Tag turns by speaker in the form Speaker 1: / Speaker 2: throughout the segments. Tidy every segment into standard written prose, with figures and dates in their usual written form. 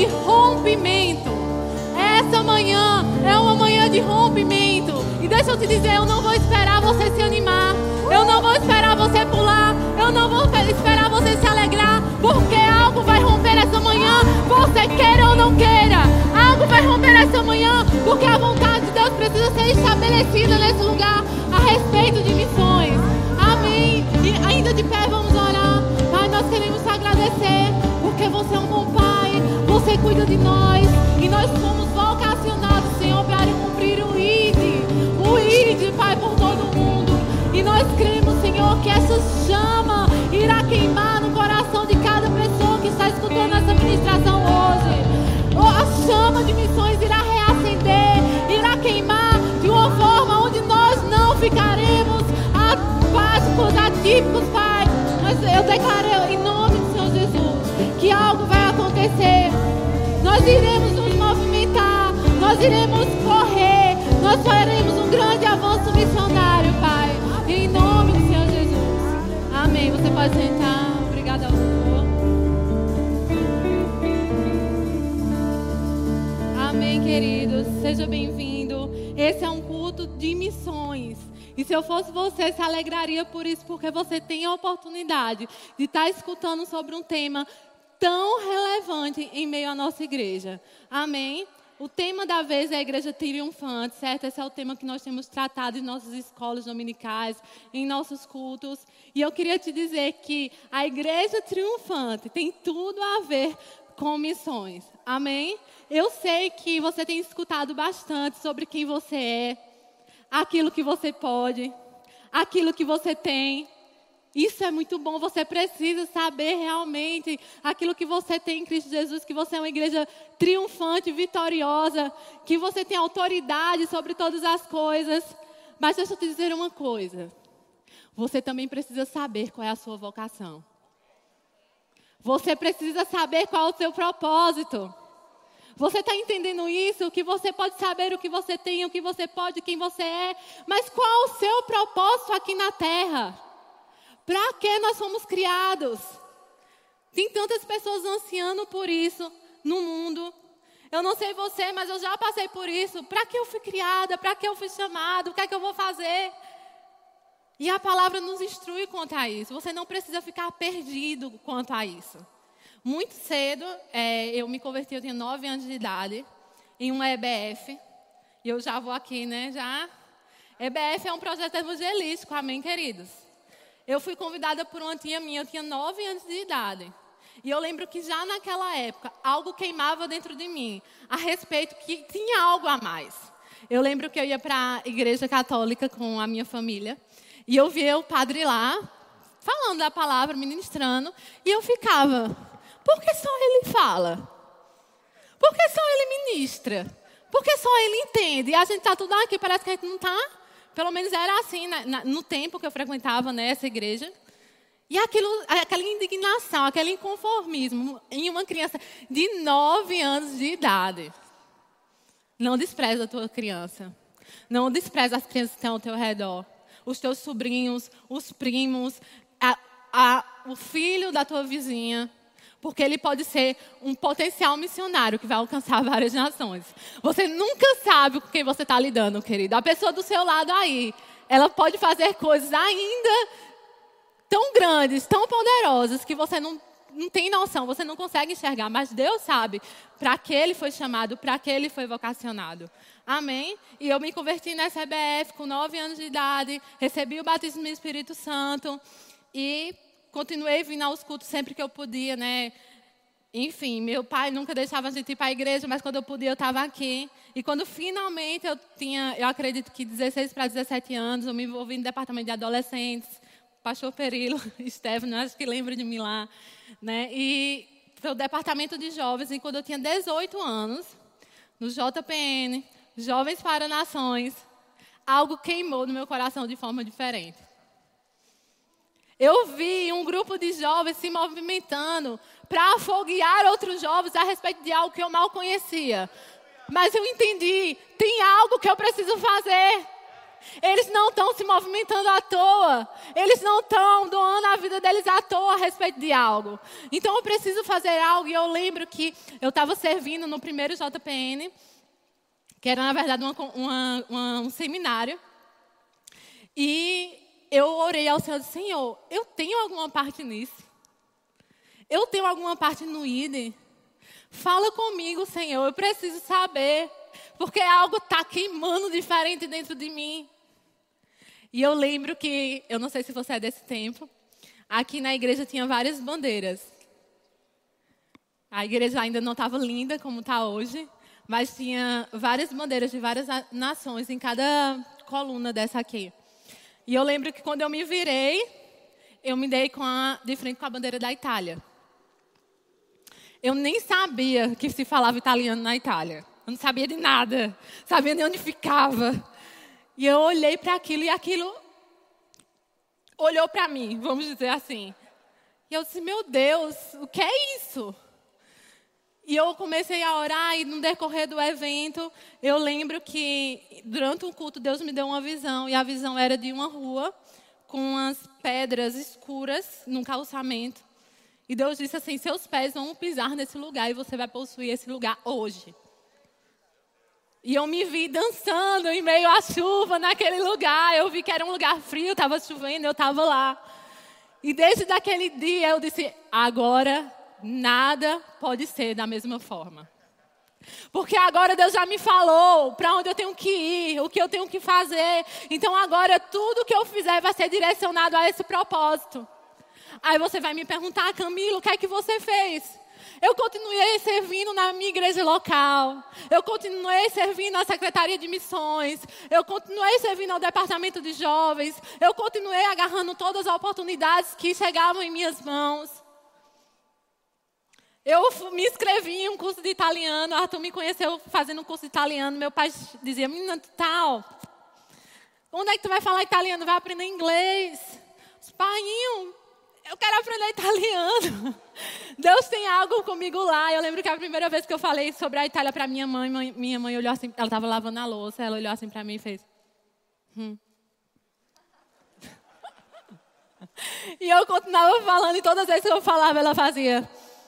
Speaker 1: de rompimento. Essa manhã é uma manhã de rompimento. E deixa eu te dizer, eu não vou esperar você se animar. Eu não vou esperar você pular. Eu não vou esperar você se alegrar. Porque algo vai romper essa manhã. Você queira ou não queira. Algo vai romper essa manhã. Porque a vontade de Deus precisa ser estabelecida nesse lugar. A respeito de missões. Amém. E ainda de pé vamos orar. Pai, nós queremos te agradecer. Porque você é um bom Pai. Você cuida de nós. E nós somos vocacionados, Senhor, para cumprir o ID, Pai, por todo o mundo. E nós cremos, Senhor, que essa chama irá queimar no coração de cada pessoa que está escutando essa ministração hoje. A chama de missões irá reacender, irá queimar de uma forma onde nós não ficaremos apáticos, atípicos, Pai. Mas eu declaro em nome do Senhor Jesus que algo vai acontecer. Nós iremos nos movimentar, nós iremos correr, nós faremos um grande avanço missionário, Pai. Em nome do Senhor Jesus. Amém. Você pode sentar. Obrigada ao Senhor. Amém, queridos. Seja bem-vindo. Esse é um culto de missões. E se eu fosse você, se alegraria por isso, porque você tem a oportunidade de estar escutando sobre um tema tão relevante em meio à nossa igreja. Amém? O tema da vez é a igreja triunfante, certo? Esse é o tema que nós temos tratado em nossas escolas dominicais, em nossos cultos. E eu queria te dizer que a igreja triunfante tem tudo a ver com missões. Amém? Eu sei que você tem escutado bastante sobre quem você é, aquilo que você pode, aquilo que você tem. Isso é muito bom, você precisa saber realmente aquilo que você tem em Cristo Jesus, que você é uma igreja triunfante, vitoriosa, que você tem autoridade sobre todas as coisas. Mas deixa eu te dizer uma coisa, você também precisa saber qual é a sua vocação. Você precisa saber qual é o seu propósito. Você está entendendo isso? Que você pode saber o que você tem, o que você pode, quem você é, mas qual é o seu propósito aqui na terra? Para que nós fomos criados? Tem tantas pessoas ansiando por isso no mundo. Eu não sei você, mas eu já passei por isso. Para que eu fui criada? Para que eu fui chamada? O que é que eu vou fazer? E a palavra nos instrui quanto a isso. Você não precisa ficar perdido quanto a isso. Muito cedo, eu me converti, eu tinha 9 anos de idade, em uma EBF. E eu já vou aqui, né? EBF é um projeto evangelístico, amém, queridos? Eu fui convidada por uma tia minha, eu tinha 9 anos de idade. E eu lembro que já naquela época, algo queimava dentro de mim, a respeito que tinha algo a mais. Eu lembro que eu ia para a igreja católica com a minha família, e eu via o padre lá, falando da palavra, ministrando, e eu ficava, por que só ele fala? Por que só ele ministra? Por que só ele entende? E a gente está tudo aqui, parece que a gente não está. Pelo menos era assim no tempo que eu frequentava, né, essa igreja. E aquela indignação, aquele inconformismo em uma criança de 9 anos de idade. Não despreza a tua criança. Não despreza as crianças que estão ao teu redor. Os teus sobrinhos, os primos, o filho da tua vizinha. Porque ele pode ser um potencial missionário que vai alcançar várias nações. Você nunca sabe com quem você está lidando, querido. A pessoa do seu lado aí, ela pode fazer coisas ainda tão grandes, tão poderosas, que você não tem noção, você não consegue enxergar. Mas Deus sabe para que ele foi chamado, para que ele foi vocacionado. Amém? E eu me converti nessa EBF com 9 anos de idade, recebi o batismo do Espírito Santo e continuei vindo aos cultos sempre que eu podia, né? Enfim, meu pai nunca deixava a gente ir para a igreja, mas quando eu podia eu estava aqui. E quando finalmente eu acredito que 16 para 17 anos, eu me envolvi no departamento de adolescentes, pastor Perilo, Stefano, acho que lembra de mim lá, né? E foi o departamento de jovens, e quando eu tinha 18 anos, no JPN, Jovens para Nações, algo queimou no meu coração de forma diferente. Eu vi um grupo de jovens se movimentando para afoguear outros jovens a respeito de algo que eu mal conhecia. Mas eu entendi, tem algo que eu preciso fazer. Eles não estão se movimentando à toa. Eles não estão doando a vida deles à toa a respeito de algo. Então eu preciso fazer algo. E eu lembro que eu estava servindo no primeiro JPN, que era, na verdade, um seminário. E eu orei ao Senhor e disse: Senhor, eu tenho alguma parte nisso? Eu tenho alguma parte no ID? Fala comigo, Senhor, eu preciso saber. Porque algo está queimando diferente dentro de mim. E eu lembro que, eu não sei se você é desse tempo, aqui na igreja tinha várias bandeiras. A igreja ainda não estava linda como está hoje, mas tinha várias bandeiras de várias nações em cada coluna dessa aqui. E eu lembro que quando eu me virei, eu me dei de frente com a bandeira da Itália. Eu nem sabia que se falava italiano na Itália. Eu não sabia de nada. Sabia nem onde ficava. E eu olhei para aquilo e aquilo olhou para mim, vamos dizer assim. E eu disse: meu Deus, o que é isso? E eu comecei a orar e no decorrer do evento, eu lembro que durante um culto Deus me deu uma visão. E a visão era de uma rua com umas pedras escuras num calçamento. E Deus disse assim: seus pés vão pisar nesse lugar e você vai possuir esse lugar hoje. E eu me vi dançando em meio à chuva naquele lugar. Eu vi que era um lugar frio, estava chovendo, eu estava lá. E desde aquele dia eu disse: agora nada pode ser da mesma forma. Porque agora Deus já me falou para onde eu tenho que ir, o que eu tenho que fazer. Então agora tudo que eu fizer vai ser direcionado a esse propósito. Aí você vai me perguntar: Camila, o que é que você fez? Eu continuei servindo na minha igreja local. Eu continuei servindo na Secretaria de Missões. Eu continuei servindo ao Departamento de Jovens. Eu continuei agarrando todas as oportunidades que chegavam em minhas mãos. Eu me inscrevi em um curso de italiano. Arthur me conheceu fazendo um curso de italiano. Meu pai dizia: menina, tal, onde é que tu vai falar italiano? Vai aprender inglês. Paiinho, eu quero aprender italiano. Deus tem algo comigo lá. Eu lembro que a primeira vez que eu falei sobre a Itália para minha mãe olhou assim, ela estava lavando a louça, ela olhou assim para mim e fez: E eu continuava falando, e todas as vezes que eu falava, ela fazia: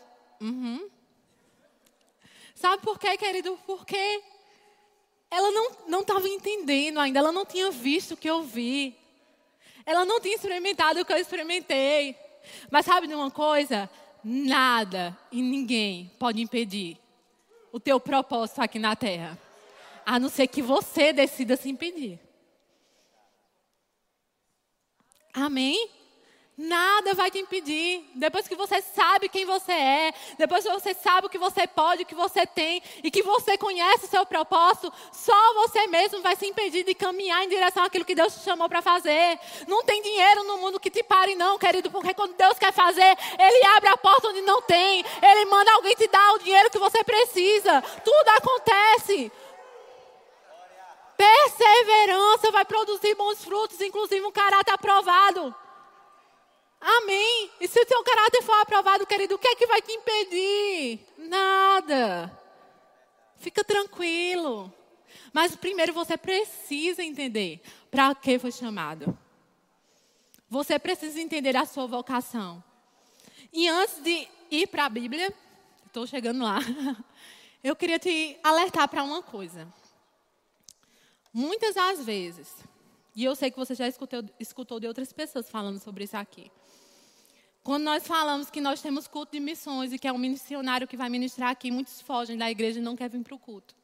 Speaker 1: Sabe por quê, querido? Porque ela não estava entendendo ainda, ela não tinha visto o que eu vi. Ela não tinha experimentado o que eu experimentei. Mas sabe de uma coisa? Nada e ninguém pode impedir o teu propósito aqui na terra. A não ser que você decida se impedir. Amém? Nada vai te impedir. Depois que você sabe quem você é, depois que você sabe o que você pode, o que você tem, e que você conhece o seu propósito, só você mesmo vai se impedir de caminhar em direção àquilo que Deus te chamou para fazer. Não tem dinheiro no mundo que te pare não, querido, porque quando Deus quer fazer, Ele abre a porta onde não tem. Ele manda alguém te dar o dinheiro que você precisa. Tudo acontece. Perseverança vai produzir bons frutos, inclusive um caráter aprovado. Amém. E se o seu caráter for aprovado, querido, o que é que vai te impedir? Nada. Fica tranquilo. Mas primeiro você precisa entender para que foi chamado. Você precisa entender a sua vocação. E antes de ir para a Bíblia, estou chegando lá, eu queria te alertar para uma coisa. Muitas das vezes, e eu sei que você já escutou de outras pessoas falando sobre isso aqui. Quando nós falamos que nós temos culto de missões e que é um missionário que vai ministrar aqui, muitos fogem da igreja e não querem vir para o culto.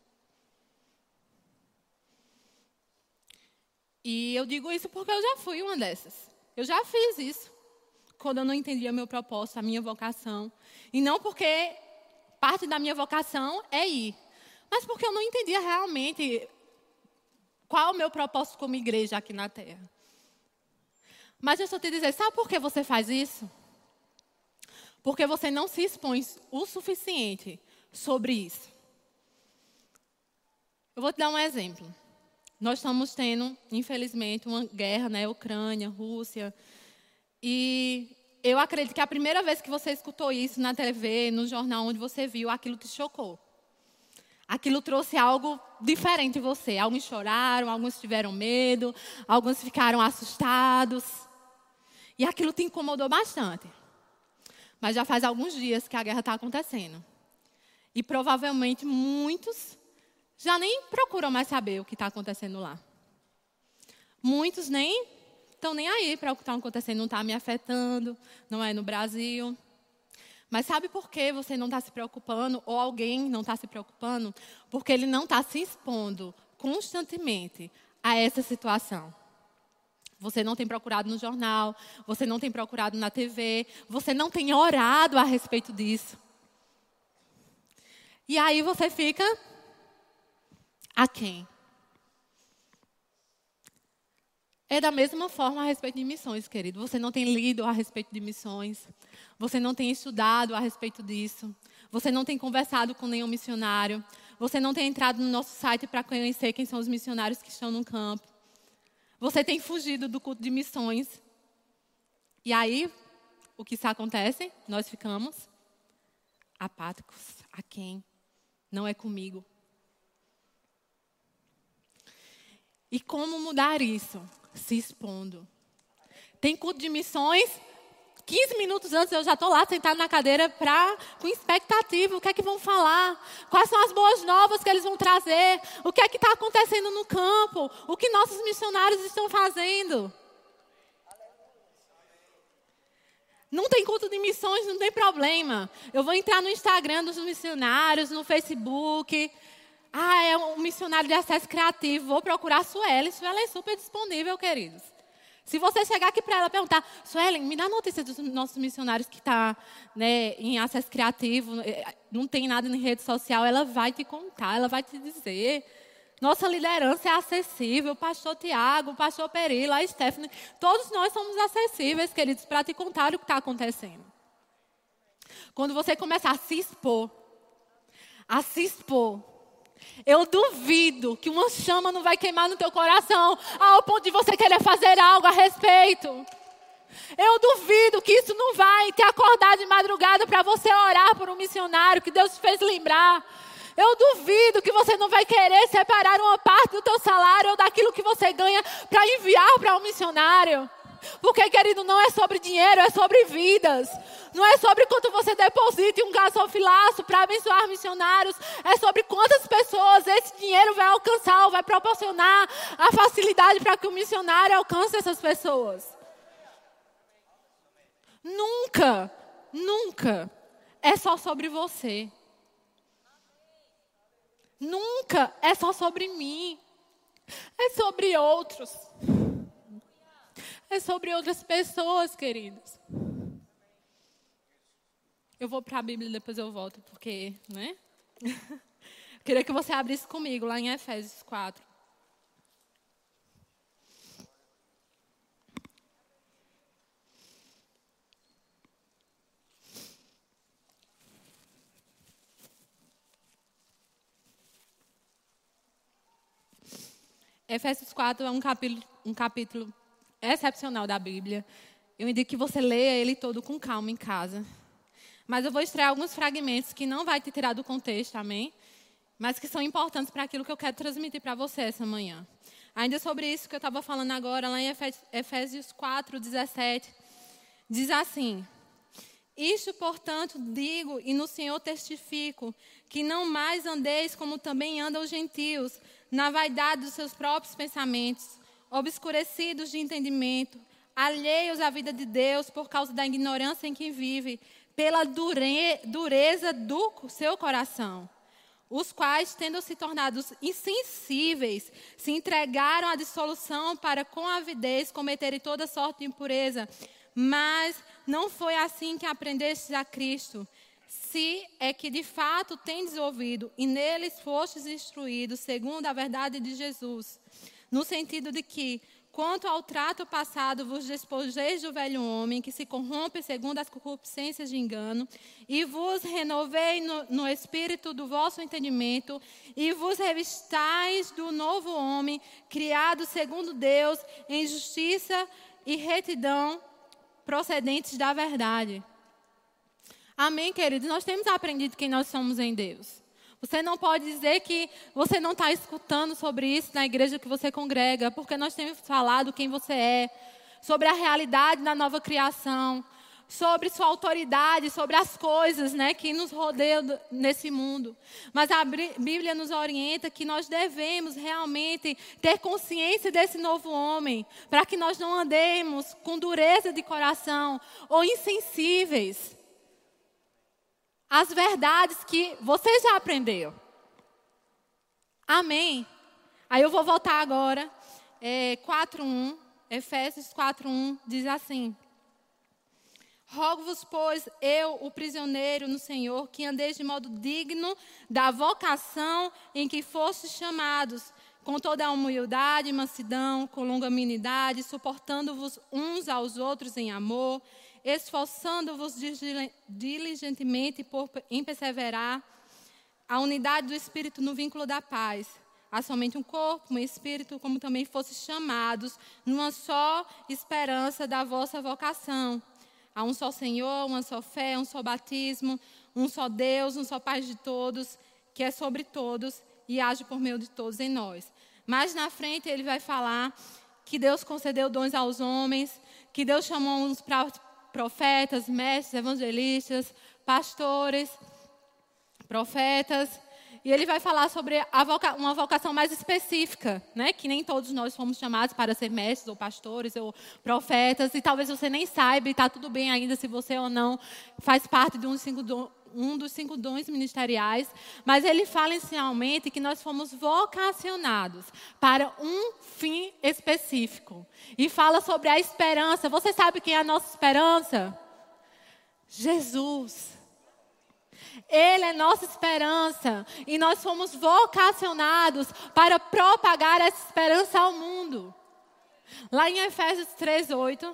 Speaker 1: E eu digo isso porque eu já fui uma dessas. Eu já fiz isso. Quando eu não entendia meu propósito, a minha vocação. E não porque parte da minha vocação é ir. Mas porque eu não entendia realmente qual é o meu propósito como igreja aqui na terra. Mas eu só te dizer, sabe por que você faz isso? Porque você não se expõe o suficiente sobre isso. Eu vou te dar um exemplo. Nós estamos tendo, infelizmente, uma guerra, né? Ucrânia, Rússia. E eu acredito que a primeira vez que você escutou isso na TV, no jornal onde você viu, aquilo te chocou. aquilo trouxe algo diferente em você. Alguns choraram, alguns tiveram medo, alguns ficaram assustados. E aquilo te incomodou bastante. Mas já faz alguns dias que a guerra está acontecendo. E provavelmente muitos já nem procuram mais saber o que está acontecendo lá. Muitos nem estão nem aí para o que está acontecendo, não está me afetando, não é no Brasil. Mas sabe por que você não está se preocupando, ou alguém não está se preocupando? Porque ele não está se expondo constantemente a essa situação. Você não tem procurado no jornal, você não tem procurado na TV, você não tem orado a respeito disso. E aí você fica aquém. É da mesma forma a respeito de missões, querido. Você não tem lido a respeito de missões. Você não tem estudado a respeito disso. Você não tem conversado com nenhum missionário. Você não tem entrado no nosso site para conhecer quem são os missionários que estão no campo. Você tem fugido do culto de missões. E aí, o que acontece? Nós ficamos apáticos. A quem? Não é comigo. E como mudar isso? Se expondo. Tem culto de missões, 15 minutos antes eu já estou lá sentada na cadeira com expectativa. O que é que vão falar? Quais são as boas novas que eles vão trazer? O que é que está acontecendo no campo? O que nossos missionários estão fazendo? Não tem culto de missões, não tem problema. Eu vou entrar no Instagram dos missionários, no Facebook. É um missionário de acesso criativo. Vou procurar a Suelen. Suelen é super disponível, queridos. Se você chegar aqui para ela e perguntar, Suelen, me dá notícia dos nossos missionários que estão em acesso criativo, não tem nada em rede social, ela vai te contar, ela vai te dizer. Nossa liderança é acessível. O pastor Tiago, o pastor Perila, a Stephanie, todos nós somos acessíveis, queridos, para te contar o que está acontecendo. Quando você começar a se expor, eu duvido que uma chama não vai queimar no teu coração ao ponto de você querer fazer algo a respeito. Eu duvido que isso não vai te acordar de madrugada para você orar por um missionário que Deus te fez lembrar. Eu duvido que você não vai querer separar uma parte do teu salário ou daquilo que você ganha para enviar para um missionário. Porque, querido, não é sobre dinheiro, é sobre vidas. Não é sobre quanto você deposita em um gasofilaço para abençoar missionários. É sobre quantas pessoas esse dinheiro vai alcançar ou vai proporcionar a facilidade para que o missionário alcance essas pessoas. Nunca é só sobre você. Nunca é só sobre mim. É sobre outros. É sobre outras pessoas, queridos. Eu vou para a Bíblia e depois eu volto, porque, né? Queria que você abrisse comigo lá em Efésios 4. Efésios 4 é um capítulo excepcional da Bíblia. Eu indico que você leia ele todo com calma em casa. Mas eu vou extrair alguns fragmentos que não vai te tirar do contexto, amém? Mas que são importantes para aquilo que eu quero transmitir para você essa manhã. Ainda sobre isso que eu estava falando agora, lá em Efésios 4, 17, diz assim: Isto, portanto, digo e no Senhor testifico, que não mais andeis como também andam os gentios, na vaidade dos seus próprios pensamentos, obscurecidos de entendimento, alheios à vida de Deus por causa da ignorância em que vive, pela dureza do seu coração, os quais, tendo se tornado insensíveis, se entregaram à dissolução para com avidez cometerem toda sorte de impureza. Mas não foi assim que aprendestes a Cristo, se é que de fato tendes ouvido e neles fostes instruídos segundo a verdade de Jesus, no sentido de que, quanto ao trato passado, vos despojeis do velho homem, que se corrompe segundo as concupiscências de engano, e vos renovei no espírito do vosso entendimento, e vos revistais do novo homem, criado segundo Deus, em justiça e retidão, procedentes da verdade. Amém, queridos? Nós temos aprendido quem nós somos em Deus. Você não pode dizer que você não está escutando sobre isso na igreja que você congrega, porque nós temos falado quem você é, sobre a realidade da nova criação, sobre sua autoridade, sobre as coisas, né, que nos rodeiam nesse mundo. Mas a Bíblia nos orienta que nós devemos realmente ter consciência desse novo homem, para que nós não andemos com dureza de coração ou insensíveis às verdades que você já aprendeu. Amém? Aí eu vou voltar agora, 4:1, Efésios 4:1, diz assim: rogo-vos, pois, eu, o prisioneiro no Senhor, que andeis de modo digno da vocação em que fostes chamados, com toda a humildade e mansidão, com longanimidade, suportando-vos uns aos outros em amor, esforçando-vos diligentemente em perseverar a unidade do Espírito no vínculo da paz. Há somente um corpo, um Espírito, como também fostes chamados, numa só esperança da vossa vocação. Há um só Senhor, uma só fé, um só batismo, um só Deus, um só Pai de todos, que é sobre todos e age por meio de todos em nós. Mais na frente ele vai falar que Deus concedeu dons aos homens, que Deus chamou uns para profetas, mestres, evangelistas, pastores, profetas. E ele vai falar sobre uma vocação mais específica, né? Que nem todos nós fomos chamados para ser mestres ou pastores ou profetas. E talvez você nem saiba, e está tudo bem ainda se você ou não faz parte de um dos 5 dons ministeriais. Mas ele fala inicialmente que nós fomos vocacionados para um fim específico. E fala sobre a esperança. Você sabe quem é a nossa esperança? Jesus. Ele é nossa esperança e nós fomos vocacionados para propagar essa esperança ao mundo. Lá em Efésios 3:8,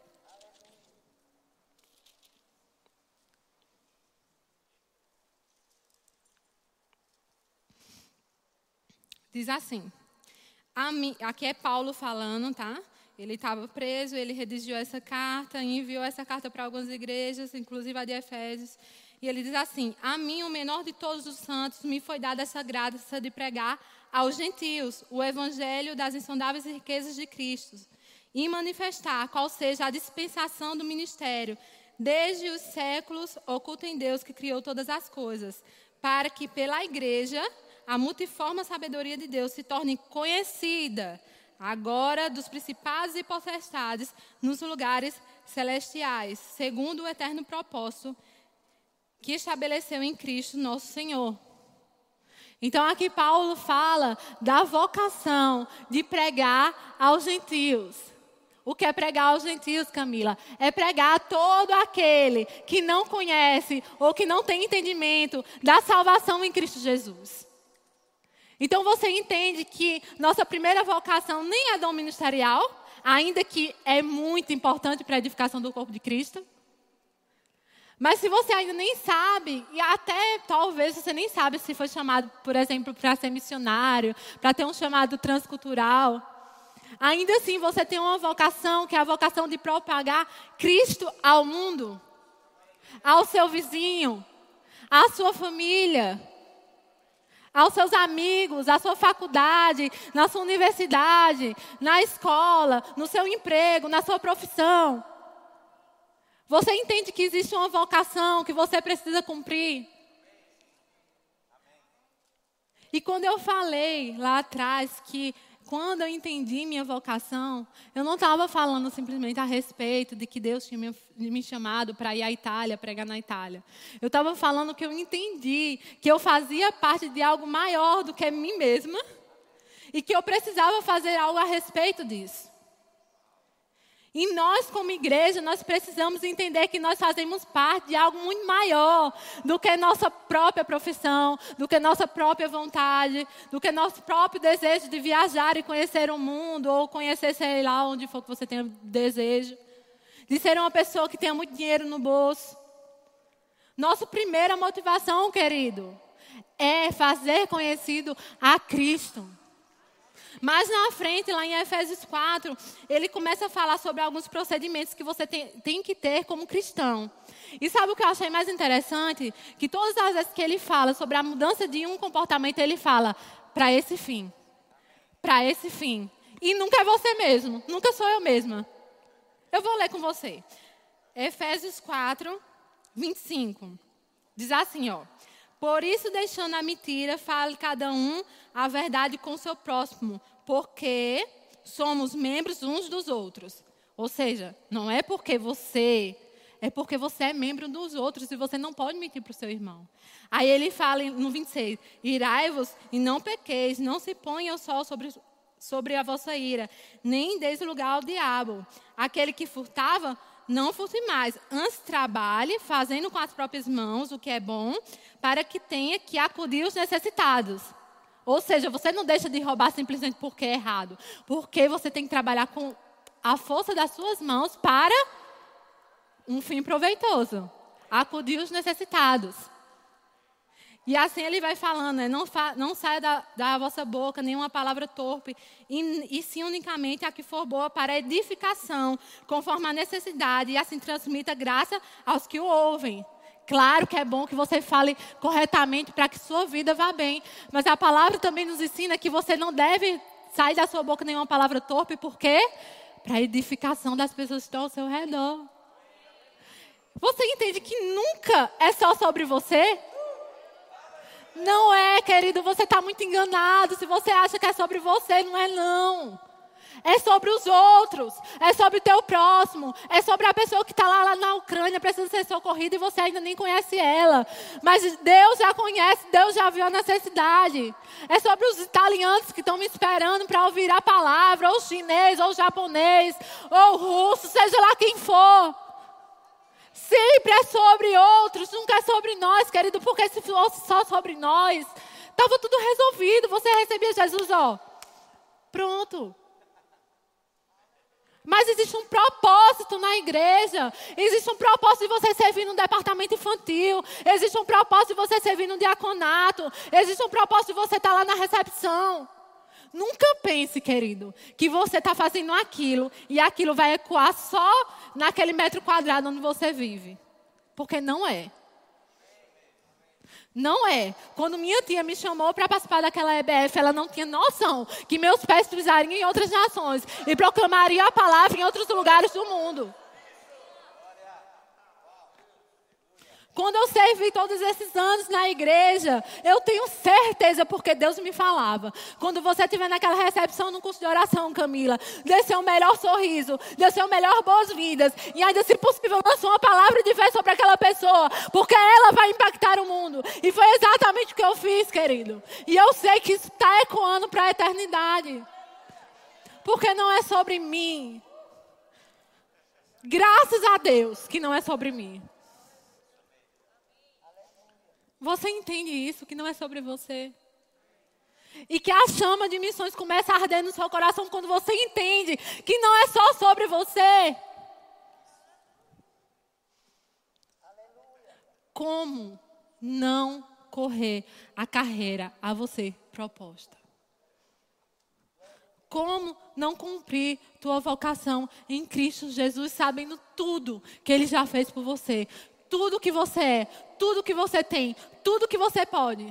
Speaker 1: diz assim, aqui é Paulo falando, tá? Ele estava preso, ele redigiu essa carta, enviou essa carta para algumas igrejas, inclusive a de Efésios. E ele diz assim: a mim, o menor de todos os santos, me foi dada essa graça de pregar aos gentios o evangelho das insondáveis riquezas de Cristo e manifestar qual seja a dispensação do ministério, desde os séculos, oculta em Deus que criou todas as coisas, para que pela igreja a multiforme sabedoria de Deus se torne conhecida agora dos principados e potestades nos lugares celestiais, segundo o eterno propósito que estabeleceu em Cristo nosso Senhor. Então aqui Paulo fala da vocação de pregar aos gentios. O que é pregar aos gentios, Camila? É pregar a todo aquele que não conhece ou que não tem entendimento da salvação em Cristo Jesus. Então você entende que nossa primeira vocação nem é dom ministerial, ainda que é muito importante para a edificação do corpo de Cristo. Mas se você ainda nem sabe, e até talvez você nem sabe se foi chamado, por exemplo, para ser missionário, para ter um chamado transcultural, ainda assim você tem uma vocação, que é a vocação de propagar Cristo ao mundo, ao seu vizinho, à sua família, aos seus amigos, à sua faculdade, na sua universidade, na escola, no seu emprego, na sua profissão. Você entende que existe uma vocação que você precisa cumprir? E quando eu falei lá atrás que quando eu entendi minha vocação, eu não estava falando simplesmente a respeito de que Deus tinha me chamado para ir à Itália, pregar na Itália. Eu estava falando que eu entendi que eu fazia parte de algo maior do que mim mesma e que eu precisava fazer algo a respeito disso. E nós, como igreja, nós precisamos entender que nós fazemos parte de algo muito maior do que nossa própria profissão, do que nossa própria vontade, do que nosso próprio desejo de viajar e conhecer o mundo, ou conhecer, sei lá, onde for que você tenha desejo, de ser uma pessoa que tenha muito dinheiro no bolso. Nossa primeira motivação, querido, é fazer conhecido a Cristo. Mas na frente, lá em Efésios 4, ele começa a falar sobre alguns procedimentos que você tem que ter como cristão. E sabe o que eu achei mais interessante? Que todas as vezes que ele fala sobre a mudança de um comportamento, ele fala, para esse fim. Para esse fim. E nunca é você mesmo, nunca sou eu mesma. Eu vou ler com você. Efésios 4, 25. Diz assim, ó. Por isso, deixando a mentira, fale cada um a verdade com o seu próximo, porque somos membros uns dos outros. Ou seja, não é porque você, é porque você é membro dos outros e você não pode mentir para o seu irmão. Aí ele fala no 26, irai-vos e não pequeis, não se ponha o sol sobre a vossa ira, nem deis lugar ao diabo. Aquele que furtava, não furte mais. Antes trabalhe, fazendo com as próprias mãos o que é bom, para que tenha que acudir os necessitados. Ou seja, você não deixa de roubar simplesmente porque é errado. Porque você tem que trabalhar com a força das suas mãos para um fim proveitoso. Acudir os necessitados. E assim ele vai falando, né? Não saia da vossa boca nenhuma palavra torpe, e sim unicamente a que for boa para edificação, conforme a necessidade, e assim transmita graça aos que o ouvem. Claro que é bom que você fale corretamente para que sua vida vá bem, mas a palavra também nos ensina que você não deve sair da sua boca nenhuma palavra torpe, por quê? Para a edificação das pessoas que estão ao seu redor. Você entende que nunca é só sobre você? Não é, querido, você está muito enganado. Se você acha que é sobre você, não é não. É sobre os outros, é sobre o teu próximo, é sobre a pessoa que está lá na Ucrânia, precisa ser socorrida e você ainda nem conhece ela. Mas Deus já conhece, Deus já viu a necessidade. É sobre os italianos que estão me esperando para ouvir a palavra, ou chinês, ou japonês, ou russo, seja lá quem for. Sempre é sobre outros, nunca é sobre nós, querido, porque se fosse só sobre nós, estava tudo resolvido. Você recebia Jesus, ó, pronto. Mas existe um propósito na igreja, existe um propósito de você servir no departamento infantil, existe um propósito de você servir no diaconato, existe um propósito de você estar lá na recepção. Nunca pense, querido, que você está fazendo aquilo e aquilo vai ecoar só naquele metro quadrado onde você vive. Porque não é. Não é. Quando minha tia me chamou para participar daquela EBF, ela não tinha noção que meus pés pisariam em outras nações e proclamariam a palavra em outros lugares do mundo. Quando eu servi todos esses anos na igreja, eu tenho certeza, porque Deus me falava. Quando você estiver naquela recepção no curso de oração, Camila, dê seu melhor sorriso, dê seu melhor boas-vindas. E ainda, se possível, lança uma palavra de fé sobre aquela pessoa, porque ela vai impactar o mundo. E foi exatamente o que eu fiz, querido. E eu sei que isso está ecoando para a eternidade. Porque não é sobre mim. Graças a Deus que não é sobre mim. Você entende isso, que não é sobre você? E que a chama de missões começa a arder no seu coração quando você entende que não é só sobre você. Como não correr a carreira a você proposta? Como não cumprir tua vocação em Cristo Jesus, sabendo tudo que Ele já fez por você? Tudo que você é, tudo que você tem, tudo que você pode.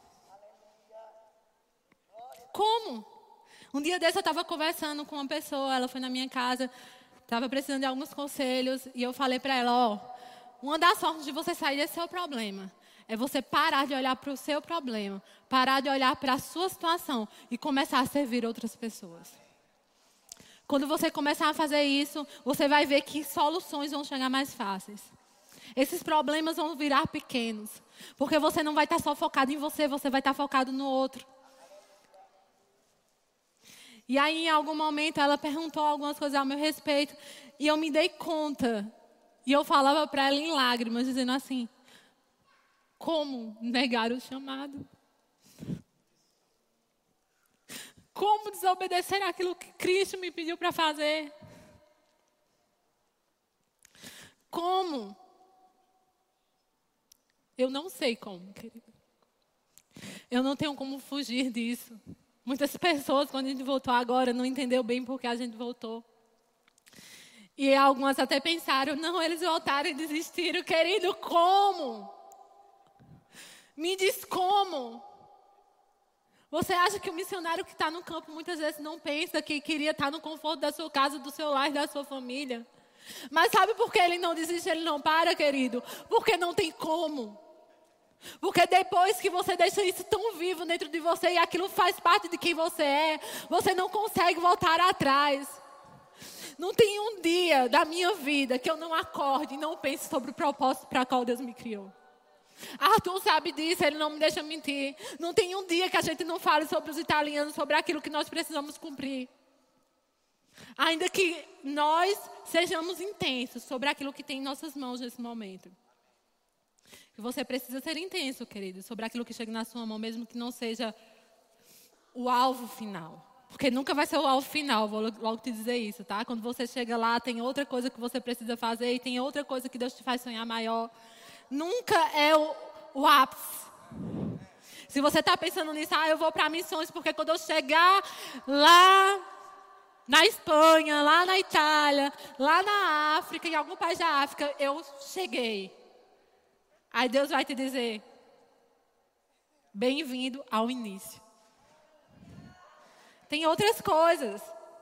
Speaker 1: Como? Um dia desse eu estava conversando com uma pessoa, ela foi na minha casa, estava precisando de alguns conselhos, e eu falei para ela, ó, uma das formas de você sair desse seu problema é você parar de olhar para o seu problema, parar de olhar para a sua situação e começar a servir outras pessoas. Quando você começar a fazer isso, você vai ver que soluções vão chegar mais fáceis. Esses problemas vão virar pequenos. Porque você não vai estar só focado em você, você vai estar focado no outro. E aí, em algum momento, ela perguntou algumas coisas ao meu respeito. E eu me dei conta. E eu falava para ela em lágrimas, dizendo assim, como negar o chamado? Como desobedecer aquilo que Cristo me pediu para fazer? Como? Eu não sei como, querido. Eu não tenho como fugir disso. Muitas pessoas, quando a gente voltou agora, não entendeu bem por que a gente voltou. E algumas até pensaram, não, eles voltaram e desistiram. Querido, como? Me diz como? Você acha que o missionário que está no campo muitas vezes não pensa que queria estar no conforto da sua casa, do seu lar, da sua família? Mas sabe por que ele não desiste, ele não para, querido? Porque não tem como. Porque depois que você deixa isso tão vivo dentro de você e aquilo faz parte de quem você é, você não consegue voltar atrás. Não tem um dia da minha vida que eu não acorde e não pense sobre o propósito para qual Deus me criou. Arthur sabe disso, ele não me deixa mentir. Não tem um dia que a gente não fale sobre os italianos, sobre aquilo que nós precisamos cumprir. Ainda que nós sejamos intensos sobre aquilo que tem em nossas mãos nesse momento. E você precisa ser intenso, querido, sobre aquilo que chega na sua mão, mesmo que não seja o alvo final. Porque nunca vai ser o alvo final, vou logo te dizer isso, tá? Quando você chega lá, tem outra coisa que você precisa fazer e tem outra coisa que Deus te faz sonhar maior. Nunca é o ápice. Se você está pensando nisso, eu vou para missões, porque quando eu chegar lá na Espanha, lá na Itália, lá na África, em algum país da África, eu cheguei. Aí Deus vai te dizer, bem-vindo ao início. Tem outras coisas.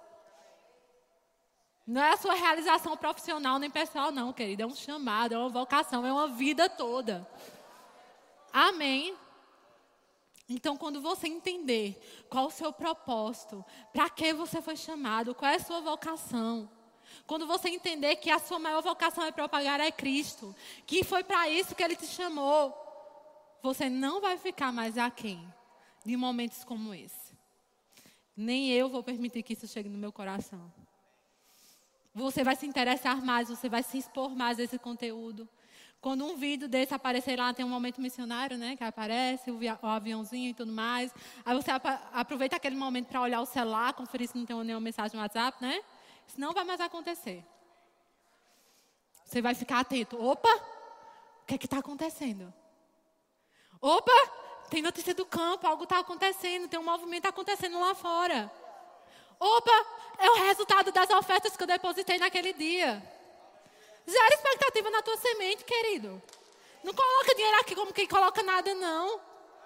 Speaker 1: Não é a sua realização profissional nem pessoal, não, querido. É um chamado, é uma vocação, é uma vida toda. Amém? Então, quando você entender qual o seu propósito, para que você foi chamado, qual é a sua vocação, quando você entender que a sua maior vocação é propagar a Cristo, que foi para isso que Ele te chamou, você não vai ficar mais aquém de momentos como esse. Nem eu vou permitir que isso chegue no meu coração. Você vai se interessar mais, você vai se expor mais a esse conteúdo. Quando um vídeo desse aparecer lá, tem um momento missionário, né? Que aparece, o aviãozinho e tudo mais. Aí você aproveita aquele momento para olhar o celular, conferir se não tem nenhuma mensagem no WhatsApp, né? Isso não vai mais acontecer. Você vai ficar atento. Opa, o que é que está acontecendo? Opa, tem notícia do campo, algo está acontecendo, tem um movimento acontecendo lá fora. Opa, é o resultado das ofertas que eu depositei naquele dia. Gera expectativa na tua semente, querido. Não coloca dinheiro aqui como quem coloca nada, não.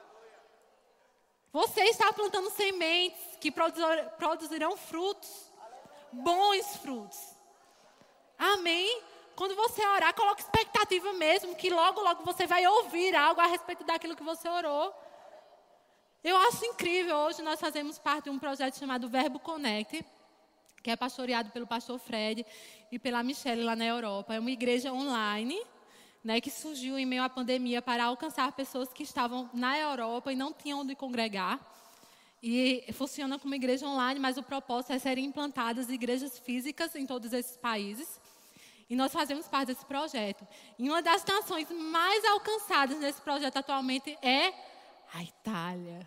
Speaker 1: Você está plantando sementes que produzirão frutos. Bons frutos. Amém? Quando você orar, coloque expectativa mesmo, que logo, logo você vai ouvir algo a respeito daquilo que você orou. Eu acho incrível, hoje nós fazemos parte de um projeto chamado Verbo Connect, que é pastoreado pelo pastor Fred e pela Michelle lá na Europa. É uma igreja online, né, que surgiu em meio à pandemia para alcançar pessoas que estavam na Europa e não tinham onde congregar. E funciona como igreja online, mas o propósito é serem implantadas igrejas físicas em todos esses países. E nós fazemos parte desse projeto. E uma das nações mais alcançadas nesse projeto atualmente é a Itália.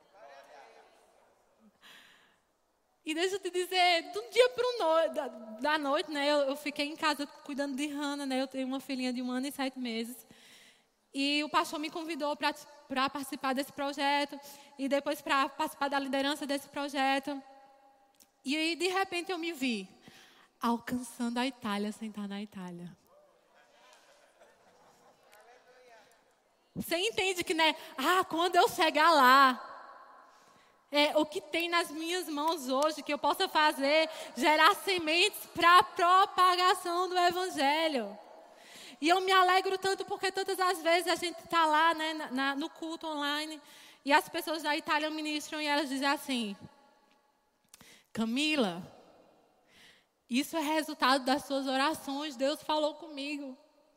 Speaker 1: E deixa eu te dizer, de um dia para da noite, né, eu fiquei em casa cuidando de Hannah, né, eu tenho uma filhinha de 1 ano e 7 meses. E o pastor me convidou para participar desse projeto e depois para participar da liderança desse projeto. E aí, de repente, eu me vi alcançando a Itália sem estar na Itália. Você entende que, né? Quando eu chegar lá, o que tem nas minhas mãos hoje que eu possa fazer, gerar sementes para a propagação do Evangelho. E eu me alegro tanto porque tantas as vezes a gente está lá, né, no culto online e as pessoas da Itália ministram e elas dizem assim: Camila, isso é resultado das suas orações, Deus falou comigo.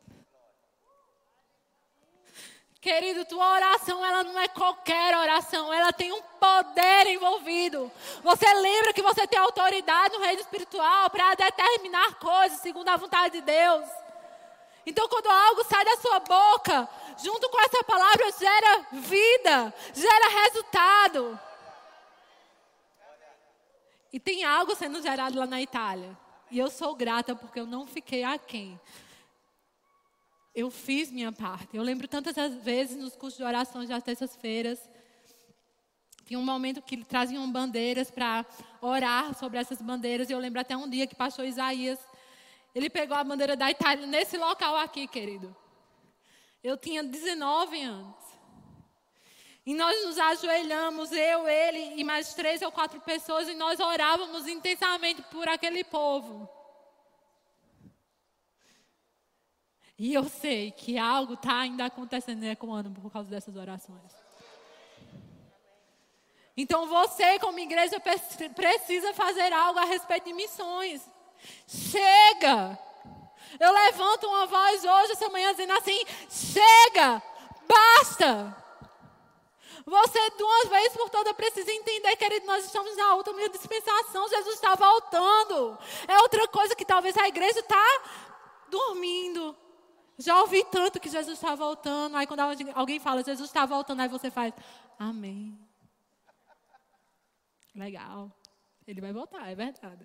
Speaker 1: Querido, tua oração, ela não é qualquer oração, ela tem um poder envolvido. Você lembra que você tem autoridade no reino espiritual para determinar coisas segundo a vontade de Deus. Então, quando algo sai da sua boca, junto com essa palavra, gera vida, gera resultado. E tem algo sendo gerado lá na Itália. E eu sou grata porque eu não fiquei aquém. Eu fiz minha parte. Eu lembro tantas vezes nos cursos de orações das terças-feiras, Tinha um momento que traziam bandeiras para orar sobre essas bandeiras. E eu lembro até um dia que o pastor Isaías, ele pegou a bandeira da Itália nesse local aqui, querido. Eu tinha 19 anos. E nós nos ajoelhamos, eu, ele e mais 3 ou 4 pessoas, e nós orávamos intensamente por aquele povo. E eu sei que algo está ainda acontecendo e ecoando por causa dessas orações. Então você, como igreja, precisa fazer algo a respeito de missões. Chega! Eu levanto uma voz hoje, essa manhã, dizendo assim: chega! Basta! Você, de uma vez por todas, precisa entender, querido, nós estamos na última dispensação. Jesus está voltando. É outra coisa que talvez a igreja está dormindo. Já ouvi tanto que Jesus está voltando. Aí quando alguém fala, Jesus está voltando, aí você faz, amém. Legal. Ele vai voltar, é verdade.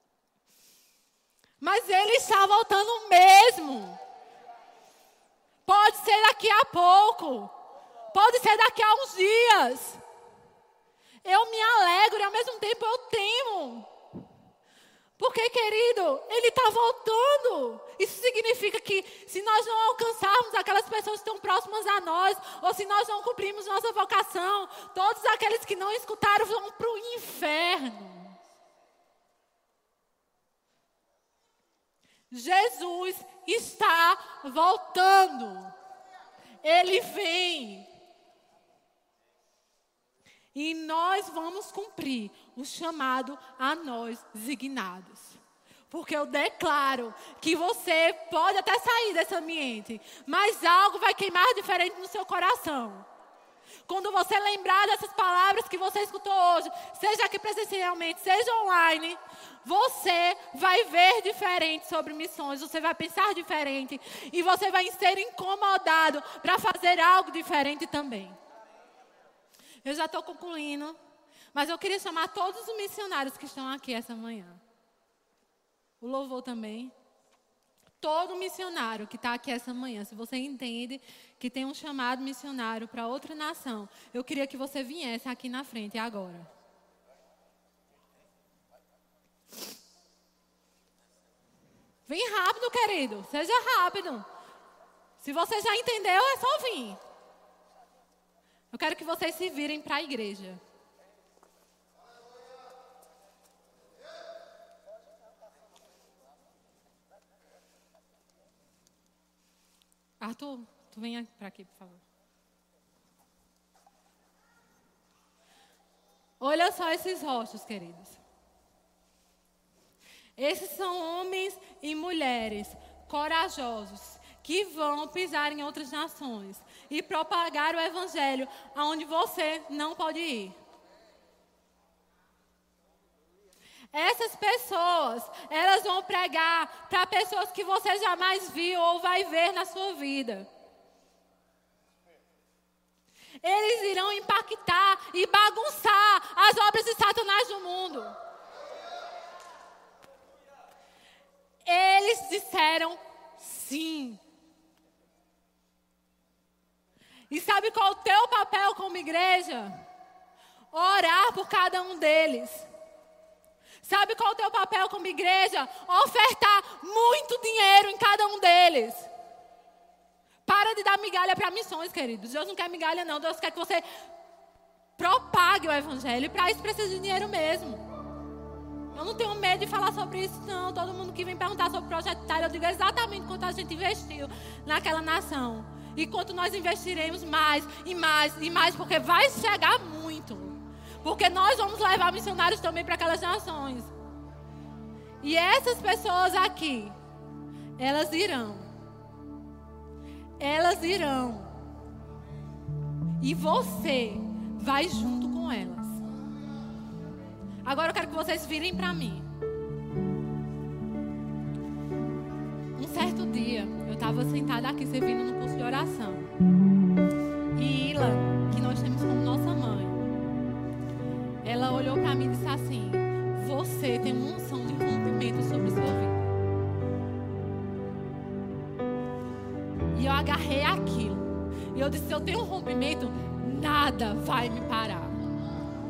Speaker 1: Mas ele está voltando mesmo. Pode ser daqui a pouco. Pode ser daqui a uns dias. Eu me alegro e ao mesmo tempo eu temo. Porque, querido, ele está voltando. Isso significa que se nós não alcançarmos aquelas pessoas que estão próximas a nós, ou se nós não cumprirmos nossa vocação, todos aqueles que não escutaram vão para o inferno. Jesus está voltando. Ele vem. E nós vamos cumprir o chamado a nós designados. Porque eu declaro que você pode até sair desse ambiente, mas algo vai queimar diferente no seu coração. Quando você lembrar dessas palavras que você escutou hoje, seja aqui presencialmente, seja online, você vai ver diferente sobre missões, você vai pensar diferente e você vai ser incomodado para fazer algo diferente também. Eu já estou concluindo, mas eu queria chamar todos os missionários que estão aqui essa manhã. O louvor também. Todo missionário que está aqui essa manhã, se você entende que tem um chamado missionário para outra nação, eu queria que você viesse aqui na frente agora. Vem rápido, querido. Seja rápido. Se você já entendeu, é só vir. Eu quero que vocês se virem para a igreja. Arthur, tu vem para aqui, por favor. Olha só esses rostos, queridos. Esses são homens e mulheres corajosos que vão pisar em outras nações e propagar o evangelho aonde você não pode ir. Essas pessoas, elas vão pregar para pessoas que você jamais viu ou vai ver na sua vida. Eles irão impactar e bagunçar as obras de Satanás no mundo. Eles disseram sim. E sabe qual é o teu papel como igreja? Orar por cada um deles. Sabe qual é o teu papel como igreja? Ofertar muito dinheiro em cada um deles. Para de dar migalha para missões, queridos. Deus não quer migalha, não. Deus quer que você propague o evangelho. E para isso precisa de dinheiro mesmo. Eu não tenho medo de falar sobre isso, não. Todo mundo que vem perguntar sobre o projeto Itália, eu digo exatamente quanto a gente investiu naquela nação. E quanto nós investiremos mais e mais e mais, porque vai chegar muito. Porque nós vamos levar missionários também para aquelas nações. E essas pessoas aqui, elas irão. Elas irão. E você vai junto com elas. Agora eu quero que vocês virem para mim. Um certo dia, eu estava sentada aqui servindo no curso de oração. E Ila, que nós temos como nossa mãe, ela olhou para mim e disse assim: você tem uma unção de rompimento sobre sua vida. E eu agarrei aquilo. E eu disse: se eu tenho um rompimento, nada vai me parar.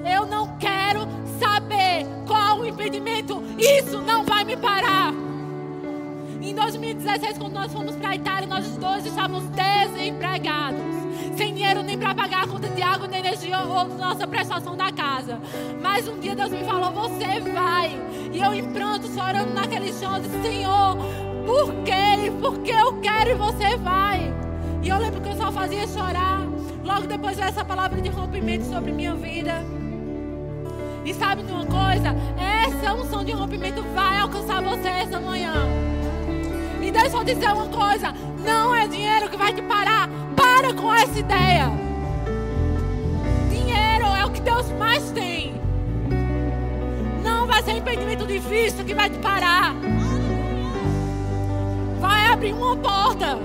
Speaker 1: Eu não quero saber qual o impedimento. Isso não vai me parar. Em 2016, quando nós fomos para a Itália, nós dois estávamos desempregados, sem dinheiro nem para pagar a conta de água, de energia ou nossa prestação da casa. Mas um dia Deus me falou, você vai. E eu em pranto, chorando naquele chão, eu disse, Senhor, por quê? Porque eu quero e você vai. E eu lembro que eu só fazia chorar. Logo depois veio essa palavra de rompimento sobre minha vida. E sabe de uma coisa? Essa unção de rompimento vai alcançar você essa manhã. E deixa eu dizer uma coisa, não é dinheiro que vai te parar. Para com essa ideia. Dinheiro é o que Deus mais tem. Não vai ser impedimento de visto que vai te parar. Vai abrir uma porta.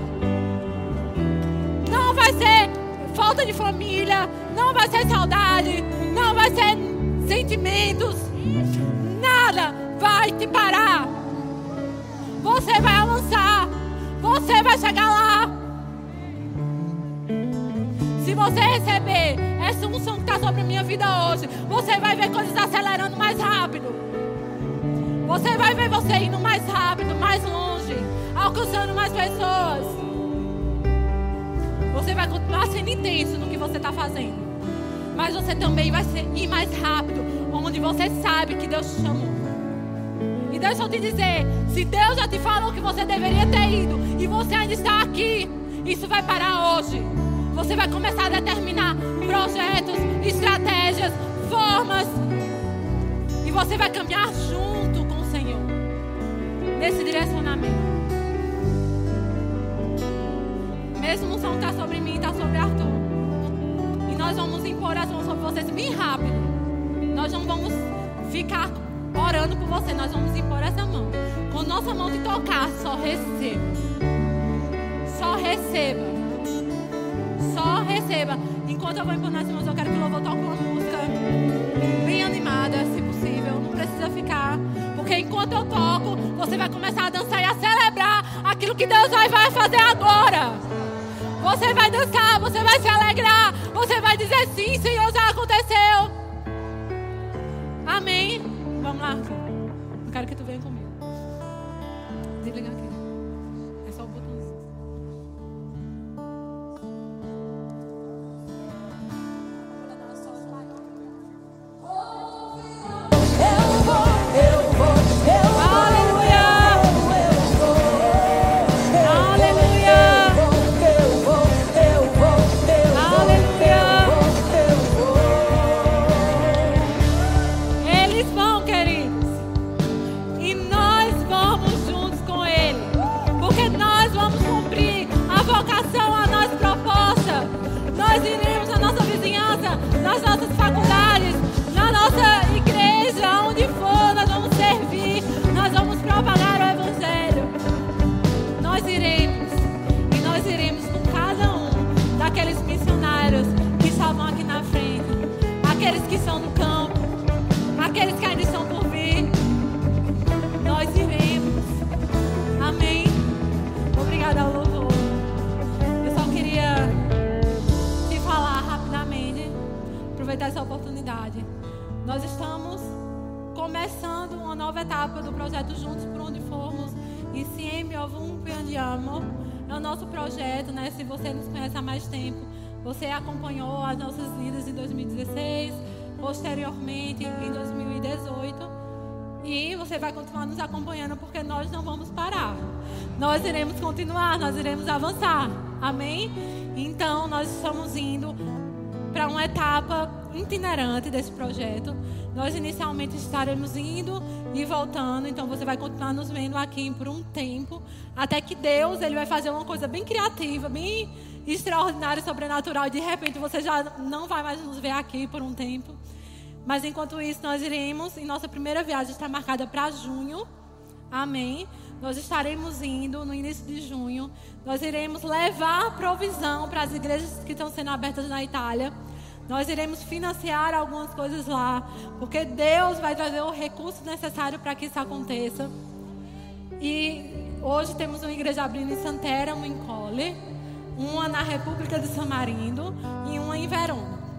Speaker 1: Não vai ser falta de família, não vai ser saudade, não vai ser sentimentos. Nada vai te parar. Você vai avançar. Você vai chegar lá. Se você receber essa unção que está sobre a minha vida hoje, você vai ver coisas acelerando mais rápido. Você vai ver você indo mais rápido, mais longe, alcançando mais pessoas. Você vai continuar sendo intenso no que você está fazendo. Mas você também vai ir mais rápido, onde você sabe que Deus te chamou. E deixa eu te dizer, se Deus já te falou que você deveria ter ido e você ainda está aqui, isso vai parar hoje. Você vai começar a determinar projetos, estratégias, formas. E você vai caminhar junto com o Senhor nesse direcionamento. Mesmo unção está sobre mim, está sobre Arthur. E nós vamos impor as mãos sobre vocês bem rápido. Nós não vamos ficar orando por você, nós vamos impor essa mão. Quando nossa mão te tocar, só receba. Só receba. Só receba. Enquanto eu vou impor nas mãos, eu quero que o louvor toque uma música bem animada, se possível. Não precisa ficar. Porque enquanto eu toco, você vai começar a dançar e a celebrar aquilo que Deus vai fazer agora. Você vai dançar, você vai se alegrar. Você vai dizer sim, Senhor, já aconteceu. Amém. Vamos lá. Eu quero que tu venha comigo. Desliga aqui. É só o botãozinho. Nós iremos na nossa vizinhança, nas nossas faculdades, na nossa igreja, onde for, nós vamos servir, nós vamos propagar o Evangelho. Nós iremos, e nós iremos com cada um daqueles missionários que estavam aqui na frente, aqueles que estão no campo, aqueles que ainda estão por vir. Nós iremos. Amém. Obrigada ao louvor. Eu só queria aproveitar essa oportunidade. Nós estamos começando uma nova etapa do projeto Juntos por Onde Formos. Insieme Ovunque Andiamo. É o nosso projeto, né? Se você nos conhece há mais tempo, você acompanhou as nossas vidas em 2016, posteriormente em 2018. E você vai continuar nos acompanhando, porque nós não vamos parar. Nós iremos continuar, nós iremos avançar. Amém? Então, nós estamos indo para uma etapa itinerante desse projeto. Nós inicialmente estaremos indo e voltando, então você vai continuar nos vendo aqui por um tempo, até que Deus ele vai fazer uma coisa bem criativa, bem extraordinária, sobrenatural, e de repente você já não vai mais nos ver aqui por um tempo. Mas enquanto isso, nós iremos, e nossa primeira viagem está marcada para junho. Amém? Nós estaremos indo no início de junho. Nós iremos levar provisão para as igrejas que estão sendo abertas na Itália. Nós iremos financiar algumas coisas lá, porque Deus vai trazer o recurso necessário para que isso aconteça. E hoje temos uma igreja abrindo em Santeramo, em Colle, uma na República de San Marino e uma em Verona.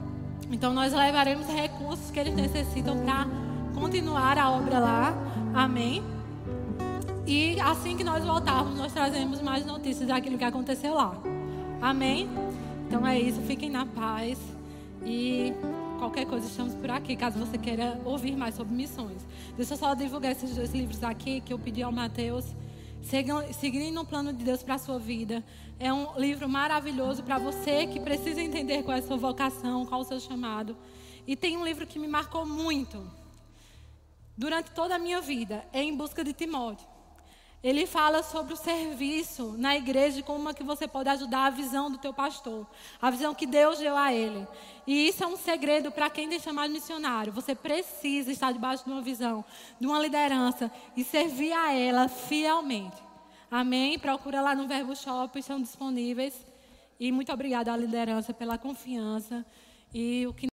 Speaker 1: Então nós levaremos recursos que eles necessitam para continuar a obra lá. Amém? E assim que nós voltarmos, nós trazemos mais notícias daquilo que aconteceu lá. Amém? Então é isso, fiquem na paz. E qualquer coisa, estamos por aqui, caso você queira ouvir mais sobre missões. Deixa eu só divulgar esses 2 livros aqui, que eu pedi ao Mateus. Seguindo no plano de Deus para a sua vida. É um livro maravilhoso para você que precisa entender qual é a sua vocação, qual é o seu chamado. E tem um livro que me marcou muito durante toda a minha vida, é Em Busca de Timóteo. Ele fala sobre o serviço na igreja e como é que você pode ajudar a visão do teu pastor, a visão que Deus deu a ele. E isso é um segredo para quem tem chamado missionário. Você precisa estar debaixo de uma visão, de uma liderança e servir a ela fielmente. Amém? Procura lá no Verbo Shop, estão disponíveis. E muito obrigada à liderança pela confiança e o que